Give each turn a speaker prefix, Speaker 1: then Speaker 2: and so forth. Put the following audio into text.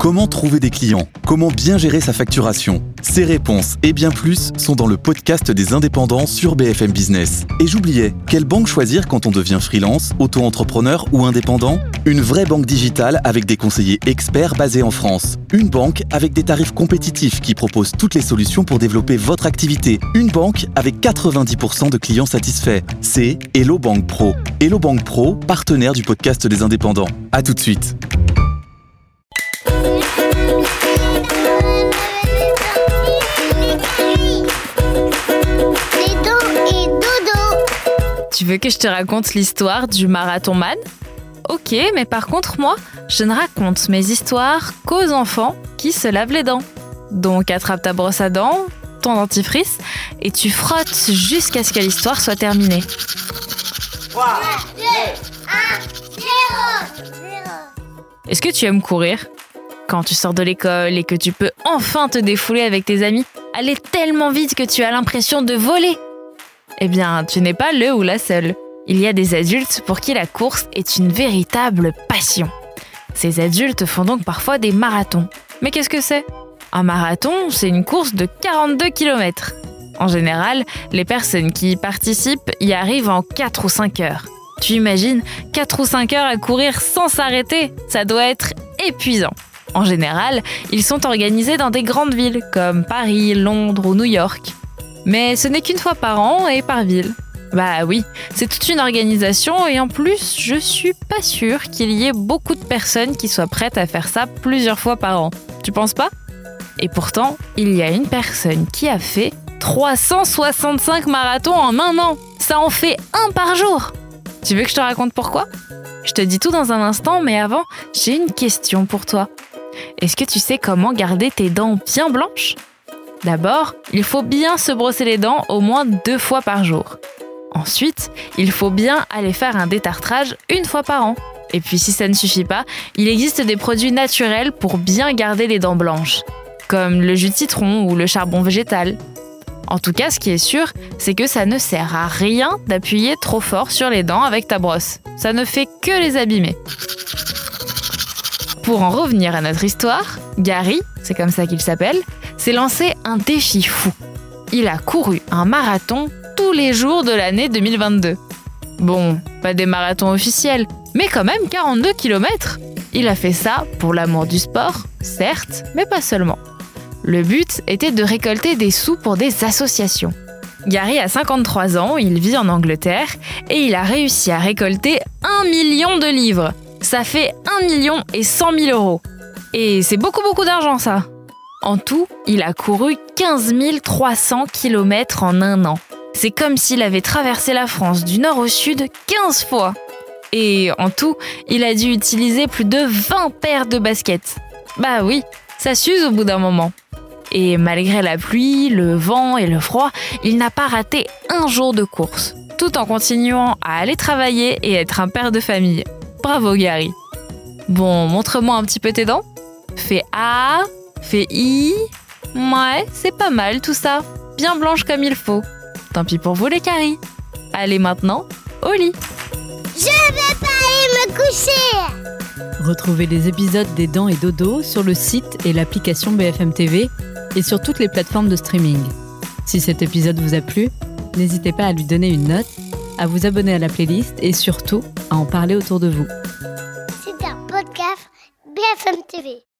Speaker 1: Comment trouver des clients? Comment bien gérer sa facturation? Ces réponses et bien plus sont dans le podcast des indépendants sur BFM Business. Et j'oubliais, quelle banque choisir quand on devient freelance, auto-entrepreneur ou indépendant? Une vraie banque digitale avec des conseillers experts basés en France. Une banque avec des tarifs compétitifs qui propose toutes les solutions pour développer votre activité. Une banque avec 90% de clients satisfaits. C'est Hello Bank Pro. Hello Bank Pro, partenaire du podcast des indépendants. À tout de suite.
Speaker 2: Tu veux que je te raconte l'histoire du Marathon Man? Ok, mais par contre, moi, je ne raconte mes histoires qu'aux enfants qui se lavent les dents. Donc attrape ta brosse à dents, ton dentifrice, et tu frottes jusqu'à ce que l'histoire soit terminée.
Speaker 3: 3, 2, 1, 0.
Speaker 2: Est-ce que tu aimes courir? Quand tu sors de l'école et que tu peux enfin te défouler avec tes amis, aller tellement vite que tu as l'impression de voler? Eh bien, tu n'es pas le ou la seule. Il y a des adultes pour qui la course est une véritable passion. Ces adultes font donc parfois des marathons. Mais qu'est-ce que c'est? Un marathon, c'est une course de 42 km. En général, les personnes qui y participent y arrivent en 4 ou 5 heures. Tu imagines 4 ou 5 heures à courir sans s'arrêter? Ça doit être épuisant. En général, ils sont organisés dans des grandes villes comme Paris, Londres ou New York. Mais ce n'est qu'une fois par an et par ville. Bah oui, c'est toute une organisation et en plus, je suis pas sûre qu'il y ait beaucoup de personnes qui soient prêtes à faire ça plusieurs fois par an. Tu penses pas? Et pourtant, il y a une personne qui a fait 365 marathons en un an. Ça en fait un par jour. Tu veux que je te raconte pourquoi? Je te dis tout dans un instant, mais avant, j'ai une question pour toi. Est-ce que tu sais comment garder tes dents bien blanches? D'abord, il faut bien se brosser les dents au moins 2 fois par jour. Ensuite, il faut bien aller faire un détartrage 1 fois par an. Et puis si ça ne suffit pas, il existe des produits naturels pour bien garder les dents blanches, comme le jus de citron ou le charbon végétal. En tout cas, ce qui est sûr, c'est que ça ne sert à rien d'appuyer trop fort sur les dents avec ta brosse. Ça ne fait que les abîmer. Pour en revenir à notre histoire, Gary, c'est comme ça qu'il s'appelle, s'est lancé un défi fou. Il a couru un marathon tous les jours de l'année 2022. Bon, pas des marathons officiels, mais quand même 42 km. Il a fait ça pour l'amour du sport, certes, mais pas seulement. Le but était de récolter des sous pour des associations. Gary a 53 ans, il vit en Angleterre et il a réussi à récolter 1 million de livres. Ça fait 1 million et 100 000 euros. Et c'est beaucoup d'argent ça. En tout, il a couru 15 300 km en un an. C'est comme s'il avait traversé la France du nord au sud 15 fois. Et en tout, il a dû utiliser plus de 20 paires de baskets. Bah oui, ça s'use au bout d'un moment. Et malgré la pluie, le vent et le froid, il n'a pas raté un jour de course, tout en continuant à aller travailler et être un père de famille. Bravo Gary. Bon, montre-moi un petit peu tes dents. Fais A, fais I. Ouais, c'est pas mal tout ça. Bien blanche comme il faut. Tant pis pour vous les caries. Allez maintenant, au lit.
Speaker 3: Je vais pas aller me coucher.
Speaker 4: Retrouvez les épisodes des Dents et Dodo sur le site et l'application BFM TV et sur toutes les plateformes de streaming. Si cet épisode vous a plu, n'hésitez pas à lui donner une note, à vous abonner à la playlist et surtout à en parler autour de vous.
Speaker 3: C'est un podcast BFM TV.